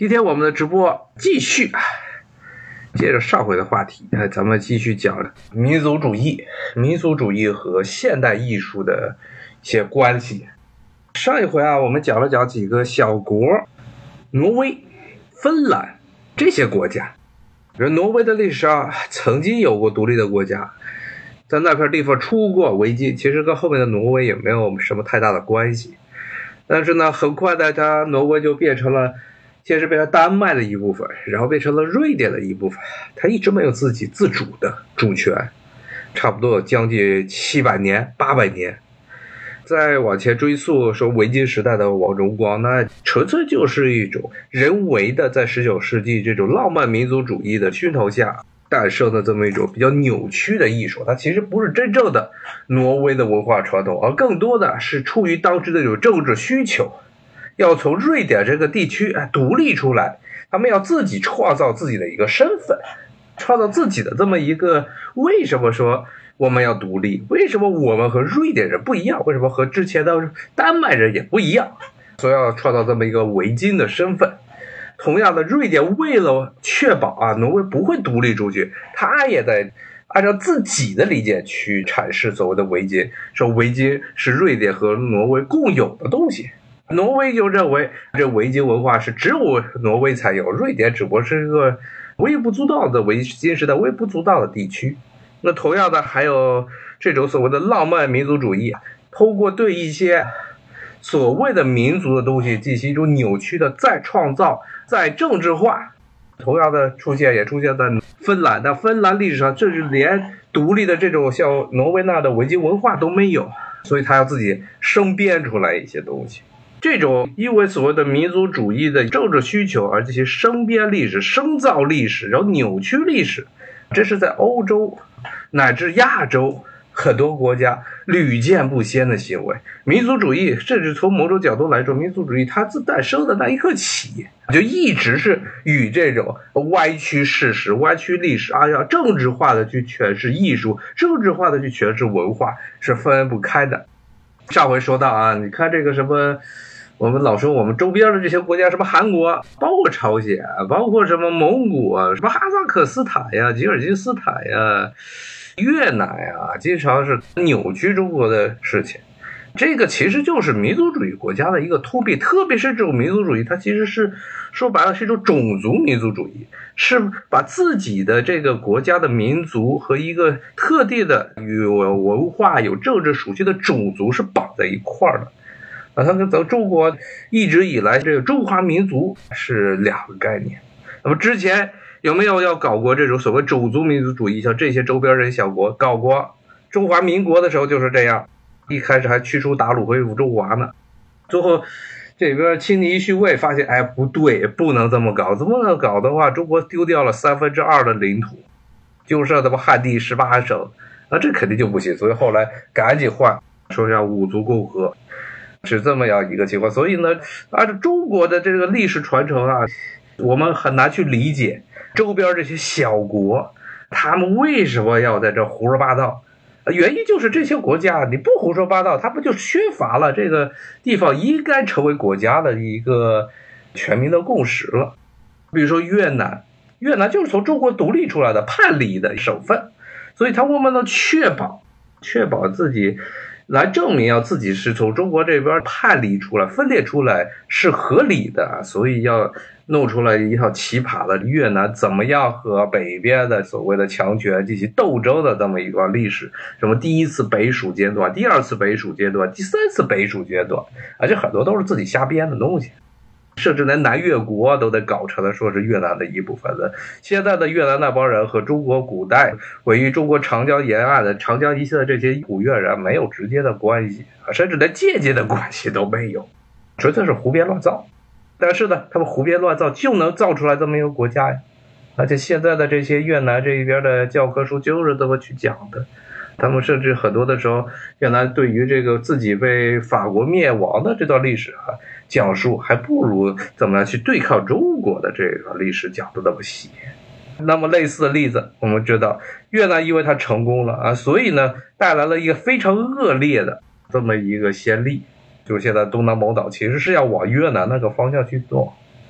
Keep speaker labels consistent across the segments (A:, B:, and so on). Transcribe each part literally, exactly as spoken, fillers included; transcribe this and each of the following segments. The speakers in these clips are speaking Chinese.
A: 今天我们的直播继续接着上回的话题，咱们继续讲民族主义民族主义和现代艺术的一些关系。上一回啊，我们讲了讲几个小国，挪威、芬兰这些国家。挪威的历史上曾经有过独立的国家，在那片地方出过围巾，其实跟后面的挪威也没有什么太大的关系。但是呢，很快的，它挪威就变成了，先是变成丹麦的一部分，然后变成了瑞典的一部分，它一直没有自己自主的主权，差不多有将近七百年、八百年。再往前追溯，说维京时代的王荣光，那纯粹就是一种人为的，在十九世纪这种浪漫民族主义的熏陶下诞生的这么一种比较扭曲的艺术。它其实不是真正的挪威的文化传统，而更多的是出于当时的这种政治需求，要从瑞典这个地区独立出来，他们要自己创造自己的一个身份，创造自己的这么一个，为什么说我们要独立？为什么我们和瑞典人不一样？为什么和之前的丹麦人也不一样？所以要创造这么一个维京的身份。同样的，瑞典为了确保啊挪威不会独立出去，他也在按照自己的理解去阐释所谓的维京，说维京是瑞典和挪威共有的东西。挪威就认为这维京文化是只有挪威才有，瑞典只不过是一个微不足道的维京时代微不足道的地区。那同样的，还有这种所谓的浪漫民族主义，通过对一些所谓的民族的东西进行一种扭曲的再创造、再政治化。同样的出现也出现在芬兰，但芬兰历史上甚至连独立的这种像挪威那的维京文化都没有，所以他要自己生编出来一些东西。这种因为所谓的民族主义的政治需求而这些生编历史、生造历史，然后扭曲历史，这是在欧洲乃至亚洲很多国家屡见不鲜的行为。民族主义甚至从某种角度来说，民族主义它自诞生的那一刻起就一直是与这种歪曲事实、歪曲历史啊，要政治化的去诠释艺术、政治化的去诠释文化是分不开的。上回说到啊，你看这个什么，我们老说我们周边的这些国家，什么韩国，包括朝鲜，包括什么蒙古啊，什么哈萨克斯坦呀、吉尔吉斯坦呀、越南呀，经常是扭曲中国的事情。这个其实就是民族主义国家的一个通病，特别是这种民族主义，它其实是说白了是一种种族民族主义，是把自己的这个国家的民族和一个特定的有文化、有政治属性的种族是绑在一块儿的。啊，它跟咱中国一直以来这个中华民族是两个概念。那么之前有没有要搞过这种所谓种族民族主义？像这些周边人小国搞过，中华民国的时候就是这样，一开始还驱除鞑虏恢复中华呢，最后这边清廷一续位发现，哎，不对，不能这么搞，这么搞的话，中国丢掉了三分之二的领土，就剩这么汉地十八省，那这肯定就不行，所以后来赶紧换，说要五族共和。是这么样一个情况。所以呢，按照中国的这个历史传承啊，我们很难去理解周边这些小国他们为什么要在这胡说八道。原因就是这些国家你不胡说八道，他不就缺乏了这个地方应该成为国家的一个全民的共识了。比如说越南，越南就是从中国独立出来的叛离的省份，所以他为了确保确保自己来证明要自己是从中国这边叛离出来、分裂出来是合理的，所以要弄出来一套奇葩的越南怎么样和北边的所谓的强权进行斗争的这么一段历史。什么第一次北属阶段、第二次北属阶段、第三次北属阶段，而且很多都是自己瞎编的东西。甚至连南越国都得搞成了说是越南的一部分的。现在的越南那帮人和中国古代位于中国长江沿岸的长江一线的这些古越人没有直接的关系，甚至连间接的关系都没有，纯粹是胡编乱造。但是呢，他们胡编乱造就能造出来这么一个国家呀。而且现在的这些越南这一边的教科书就是这么去讲的。他们甚至很多的时候，越南对于这个自己被法国灭亡的这段历史啊，讲述还不如怎么样去对抗中国的这个历史讲的那么细。那么类似的例子，我们知道越南因为它成功了啊，所以呢带来了一个非常恶劣的这么一个先例，就是现在东南某岛其实是要往越南那个方向去做。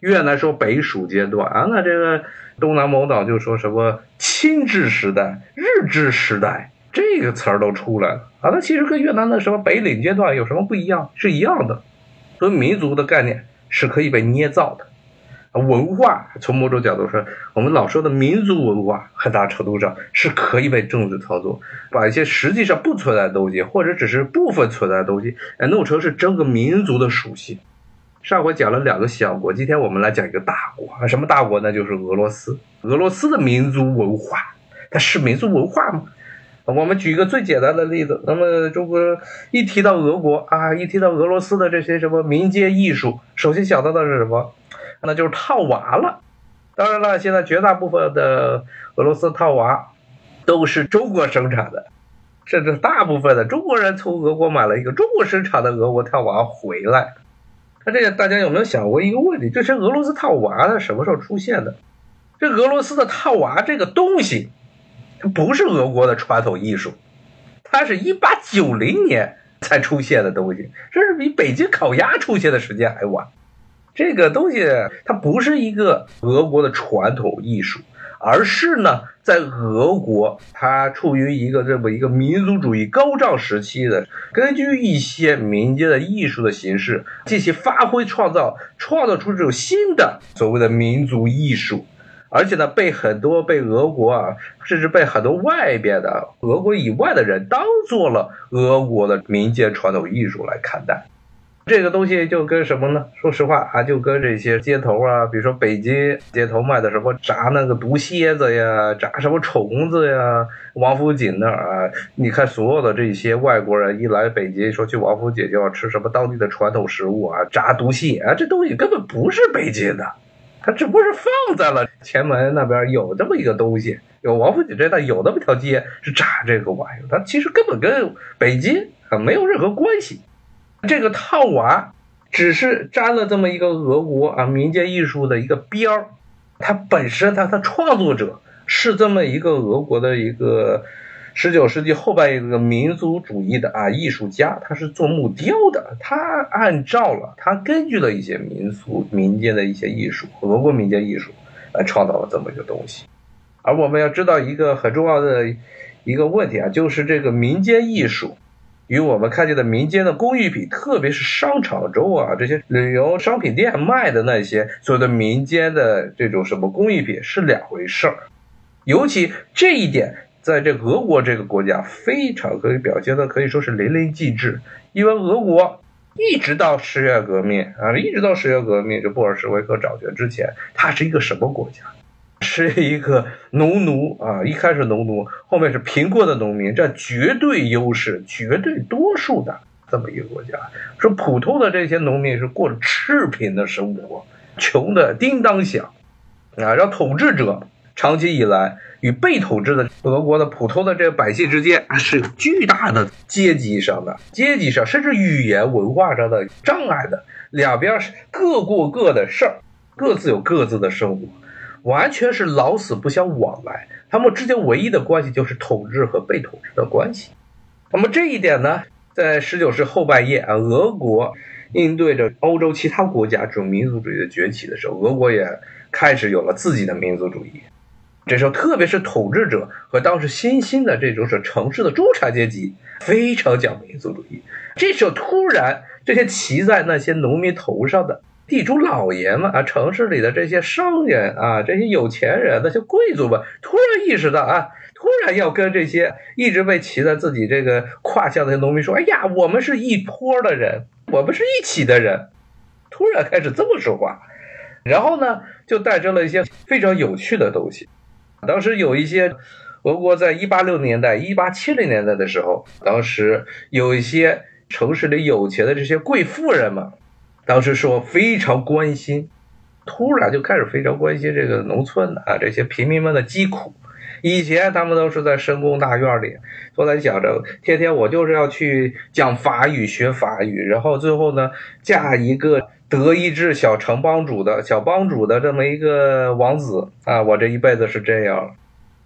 A: 越南说北蜀阶段啊，那这个东南某岛就说什么清治时代、日治时代，这个词儿都出来了啊。那其实跟越南的什么北领阶段有什么不一样？是一样的。所以民族的概念是可以被捏造的。文化从某种角度说，我们老说的民族文化很大程度上是可以被政治操作，把一些实际上不存在的东西或者只是部分存在的东西弄成是整个民族的属性。上回讲了两个小国，今天我们来讲一个大国。什么大国呢？就是俄罗斯。俄罗斯的民族文化，它是民族文化吗？我们举一个最简单的例子，那么中国一提到俄国啊，一提到俄罗斯的这些什么民间艺术，首先想到的是什么？那就是套娃了。当然了，现在绝大部分的俄罗斯套娃都是中国生产的，甚至大部分的中国人从俄国买了一个中国生产的俄国套娃回来。那这个大家有没有想过一个问题？这是俄罗斯套娃的什么时候出现的？这俄罗斯的套娃这个东西它不是俄国的传统艺术，它是一八九零年才出现的东西，这是比北京烤鸭出现的时间还晚。这个东西它不是一个俄国的传统艺术，而是呢在俄国它处于一个这么一个民族主义高涨时期的，根据一些民间的艺术的形式进行发挥创造，创造出这种新的所谓的民族艺术。而且呢，被很多被俄国啊，甚至被很多外边的俄国以外的人当做了俄国的民间传统艺术来看待。这个东西就跟什么呢？说实话啊，就跟这些街头啊，比如说北京街头卖的什么炸那个毒蝎子呀，炸什么虫子呀，王府井那儿啊，你看所有的这些外国人一来北京，说去王府井就要吃什么当地的传统食物啊，炸毒蟹啊，这东西根本不是北京的。它只不过是放在了前门那边有这么一个东西，有王府井这带有那么条街是炸这个玩意儿，它其实根本跟北京啊没有任何关系。这个套娃只是沾了这么一个俄国啊民间艺术的一个边儿，它本身它的创作者是这么一个俄国的一个十九世纪后半叶这个民族主义的啊艺术家，他是做木雕的，他按照了他根据了一些民俗民间的一些艺术，俄国民间艺术来创造了这么一个东西。而我们要知道一个很重要的一个问题啊，就是这个民间艺术与我们看见的民间的工艺品，特别是商场中啊这些旅游商品店卖的那些所谓的民间的这种什么工艺品是两回事儿。尤其这一点在这俄国这个国家非常可以表现的可以说是淋漓尽致。因为俄国一直到十月革命啊，一直到十月革命，这布尔什维克掌权之前，它是一个什么国家？是一个农奴啊，一开始农奴，后面是贫困的农民，占绝对优势、绝对多数的这么一个国家。说普通的这些农民是过着赤贫的生活，穷的叮当响啊，让统治者长期以来与被统治的俄国的普通的这个百姓之间是有巨大的阶级上的阶级上甚至语言文化上的障碍的，两边各过各的事儿，各自有各自的生活，完全是老死不相往来，他们之间唯一的关系就是统治和被统治的关系。那么这一点呢，在十九世纪后半叶啊，俄国应对着欧洲其他国家这种民族主义的崛起的时候，俄国也开始有了自己的民族主义。这时候特别是统治者和当时新兴的这种是城市的中产阶级非常讲民族主义。这时候突然这些骑在那些农民头上的地主老爷们啊，城市里的这些商人啊，这些有钱人，那些贵族们突然意识到啊，突然要跟这些一直被骑在自己这个胯下的农民说，哎呀，我们是一波的人，我们是一起的人，突然开始这么说话。然后呢就带着了一些非常有趣的东西。当时有一些俄国在一八六零年代一八七零年代的时候，当时有一些城市里有钱的这些贵妇人们，当时说非常关心，突然就开始非常关心这个农村的啊这些平民们的疾苦。以前他们都是在深宫大院里坐在想着，天天我就是要去讲法语学法语，然后最后呢嫁一个德意志小城帮主的小帮主的这么一个王子啊，我这一辈子是这样。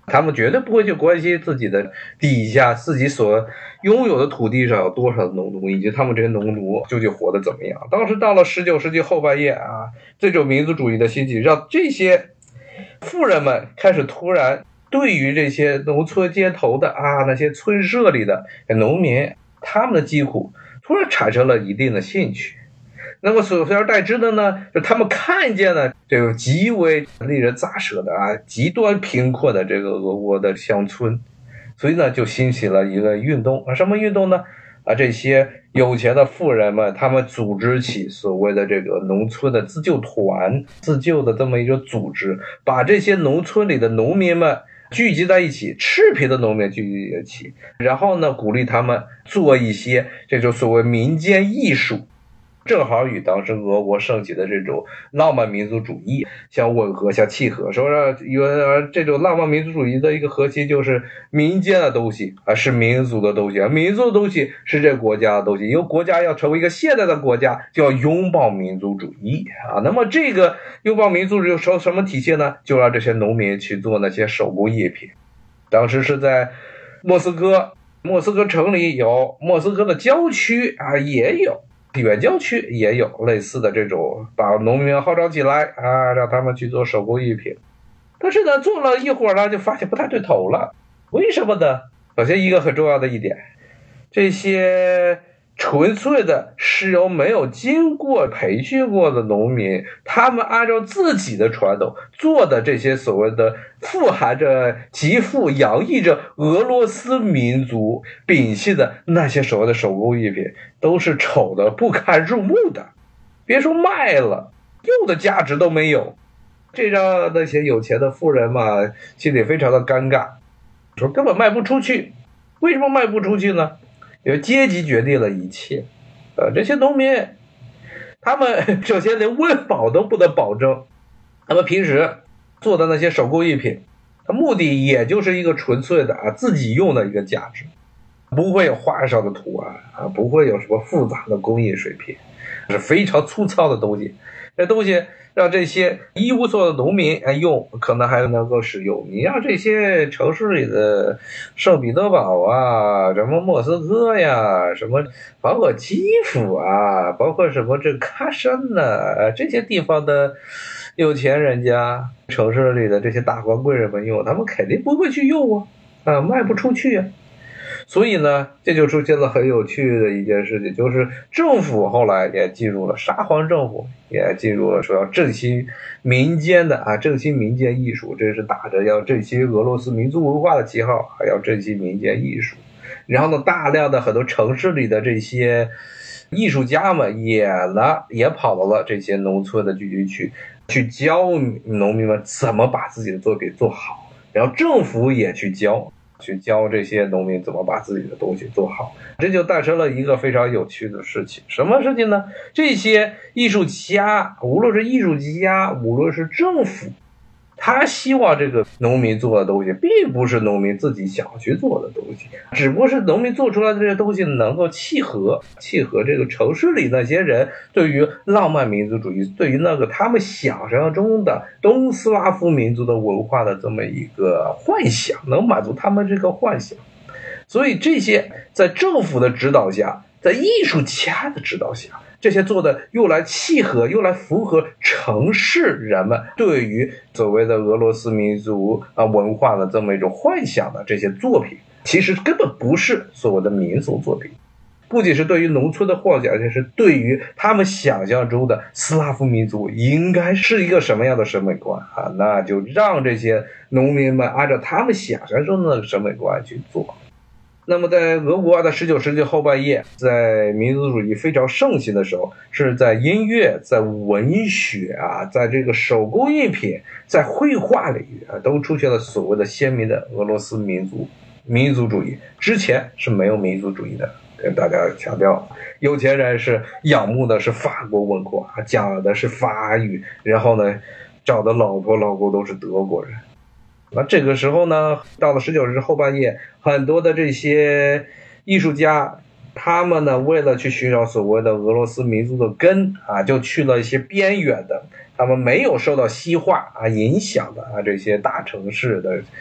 A: 他们绝对不会去关心自己的底下自己所拥有的土地上有多少农奴，以及他们这些农奴究竟活得怎么样。当时到了十九世纪后半叶啊，这种民族主义的兴起，让这些富人们开始突然对于这些农村街头的啊那些村社里的农民，他们的疾苦突然产生了一定的兴趣。那么所而代之的呢，就他们看见了这个极为令人咋舌的啊极端贫困的这个俄国的乡村，所以呢就兴起了一个运动啊，什么运动呢？啊，这些有钱的富人们，他们组织起所谓的这个农村的自救团、自救的这么一个组织，把这些农村里的农民们聚集在一起，赤贫的农民聚集在一起，然后呢鼓励他们做一些这种所谓民间艺术，正好与当时俄国盛起的这种浪漫民族主义相吻合、相契合。说有这种浪漫民族主义的一个核心就是民间的东西啊，是民族的东西啊，民族的东西是这国家的东西。因为国家要成为一个现代的国家，就要拥抱民族主义啊。那么这个拥抱民族主义受什么体现呢？就让这些农民去做那些手工艺品。当时是在莫斯科，莫斯科城里有，莫斯科的郊区啊也有。远郊区也有类似的这种，把农民号召起来啊，让他们去做手工艺品。但是呢，做了一会儿呢，就发现不太对头了。为什么呢？首先一个很重要的一点，这些纯粹的是由没有经过培训过的农民，他们按照自己的传统做的这些所谓的富含着极富洋溢着俄罗斯民族秉性的那些所谓的手工艺品，都是丑的不堪入目的，别说卖了，用的价值都没有。这让那些有钱的富人嘛心里非常的尴尬，说根本卖不出去。为什么卖不出去呢？因为阶级决定了一切。呃，这些农民他们首先连温饱都不能保证，他们平时做的那些手工艺品，它目的也就是一个纯粹的啊自己用的一个价值，不会有画上的图案啊，不会有什么复杂的工艺水平，是非常粗糙的东西。这东西让这些一无所有的农民用，可能还能够使用。你让这些城市里的圣彼得堡啊，什么莫斯科呀，什么包括基辅啊，包括什么这喀山呐，这些地方的有钱人家，城市里的这些大官贵人们用，他们肯定不会去用啊，啊，卖不出去啊。所以呢，这就出现了很有趣的一件事情，就是政府后来也进入了，沙皇政府也进入了说要振兴民间的啊，振兴民间艺术，这是打着要振兴俄罗斯民族文化的旗号，还要振兴民间艺术。然后呢，大量的很多城市里的这些艺术家们也呢也跑到了这些农村的聚居区，去教农民们怎么把自己的作品做好，然后政府也去教。去教这些农民怎么把自己的东西做好，这就诞生了一个非常有趣的事情。什么事情呢？这些艺术家，无论是艺术家，无论是政府，他希望这个农民做的东西并不是农民自己想去做的东西，只不过是农民做出来的这些东西能够契合契合这个城市里那些人对于浪漫民族主义，对于那个他们想象中的东斯拉夫民族的文化的这么一个幻想，能满足他们这个幻想。所以这些在政府的指导下，在艺术家的指导下，这些做的又来契合又来符合城市人们对于所谓的俄罗斯民族啊文化的这么一种幻想的这些作品，其实根本不是所谓的民族作品，不仅是对于农村的幻想，也是对于他们想象中的斯拉夫民族应该是一个什么样的审美观啊，那就让这些农民们按照他们想象中的审美观去做。那么在俄国的十九世纪后半叶，在民族主义非常盛行的时候，是在音乐、在文学啊，在这个手工艺品、在绘画领域啊，都出现了所谓的鲜明的俄罗斯民族民族主义。之前是没有民族主义的，跟大家强调，有钱人是仰慕的是法国文化，讲的是法语，然后呢，找的老婆老公都是德国人。那这个时候呢，到了十九世纪后半叶，很多的这些艺术家，他们呢为了去寻找所谓的俄罗斯民族的根啊，就去了一些边远的，他们没有受到西化啊影响的啊这些大城市的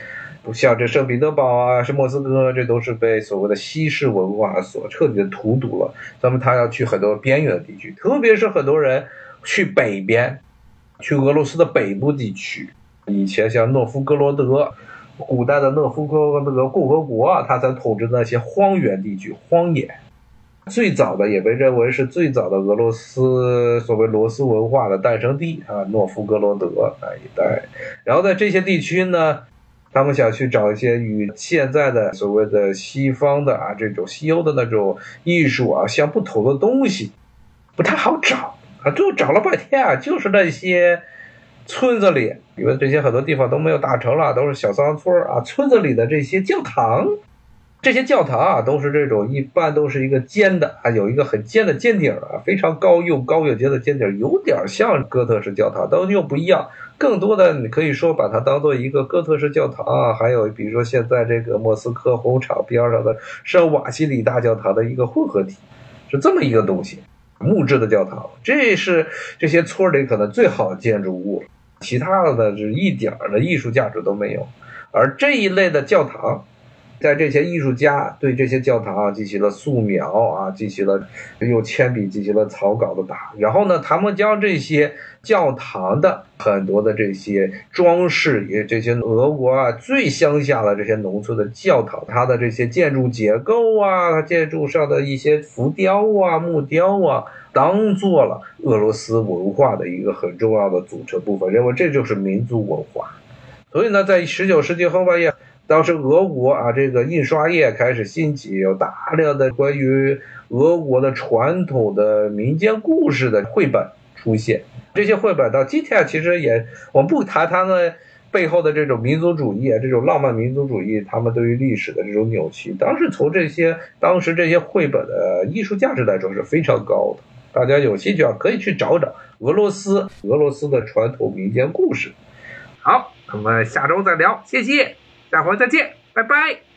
A: 像这圣彼得堡啊，是莫斯科，这都是被所谓的西式文化所彻底的荼毒了。那么他要去很多边缘地区，特别是很多人去北边，去俄罗斯的北部地区。以前像诺夫哥罗德，古代的诺夫哥罗德共和国啊，他才统治那些荒原地区、荒野。最早的也被认为是最早的俄罗斯所谓罗斯文化的诞生地啊，诺夫哥罗德那一带。然后在这些地区呢，他们想去找一些与现在的所谓的西方的啊这种西欧的那种艺术啊相不同的东西，不太好找啊，最后找了半天啊，就是那些村子里，因为这些很多地方都没有大城了，都是小山村啊，村子里的这些教堂。这些教堂啊，都是这种一般都是一个尖的啊，有一个很尖的尖顶啊，非常高又高又尖的尖顶，有点像哥特式教堂，但又不一样。更多的你可以说把它当做一个哥特式教堂啊，还有比如说现在这个莫斯科红场边上的圣瓦西里大教堂的一个混合体，是这么一个东西，木质的教堂。这是这些村里可能最好的建筑物，其他的呢是一点的艺术价值都没有。而这一类的教堂，在这些艺术家对这些教堂啊进行了素描啊，进行了用铅笔进行了草稿的打，然后呢，他们将这些教堂的很多的这些装饰，也这些俄国啊最乡下的这些农村的教堂，它的这些建筑结构啊，建筑上的一些浮雕啊、木雕啊，当做了俄罗斯文化的一个很重要的组成部分，认为这就是民族文化。所以呢，在十九世纪后半叶，当时俄国啊，这个印刷业开始兴起，有大量的关于俄国的传统的民间故事的绘本出现。这些绘本到今天其实也，我们不谈它们背后的这种民族主义啊，这种浪漫民族主义，他们对于历史的这种扭曲，当时从这些当时这些绘本的艺术价值来说是非常高的。大家有兴趣啊，可以去找找俄罗斯俄罗斯的传统民间故事。好，我们下周再聊，谢谢。下回再见，拜拜。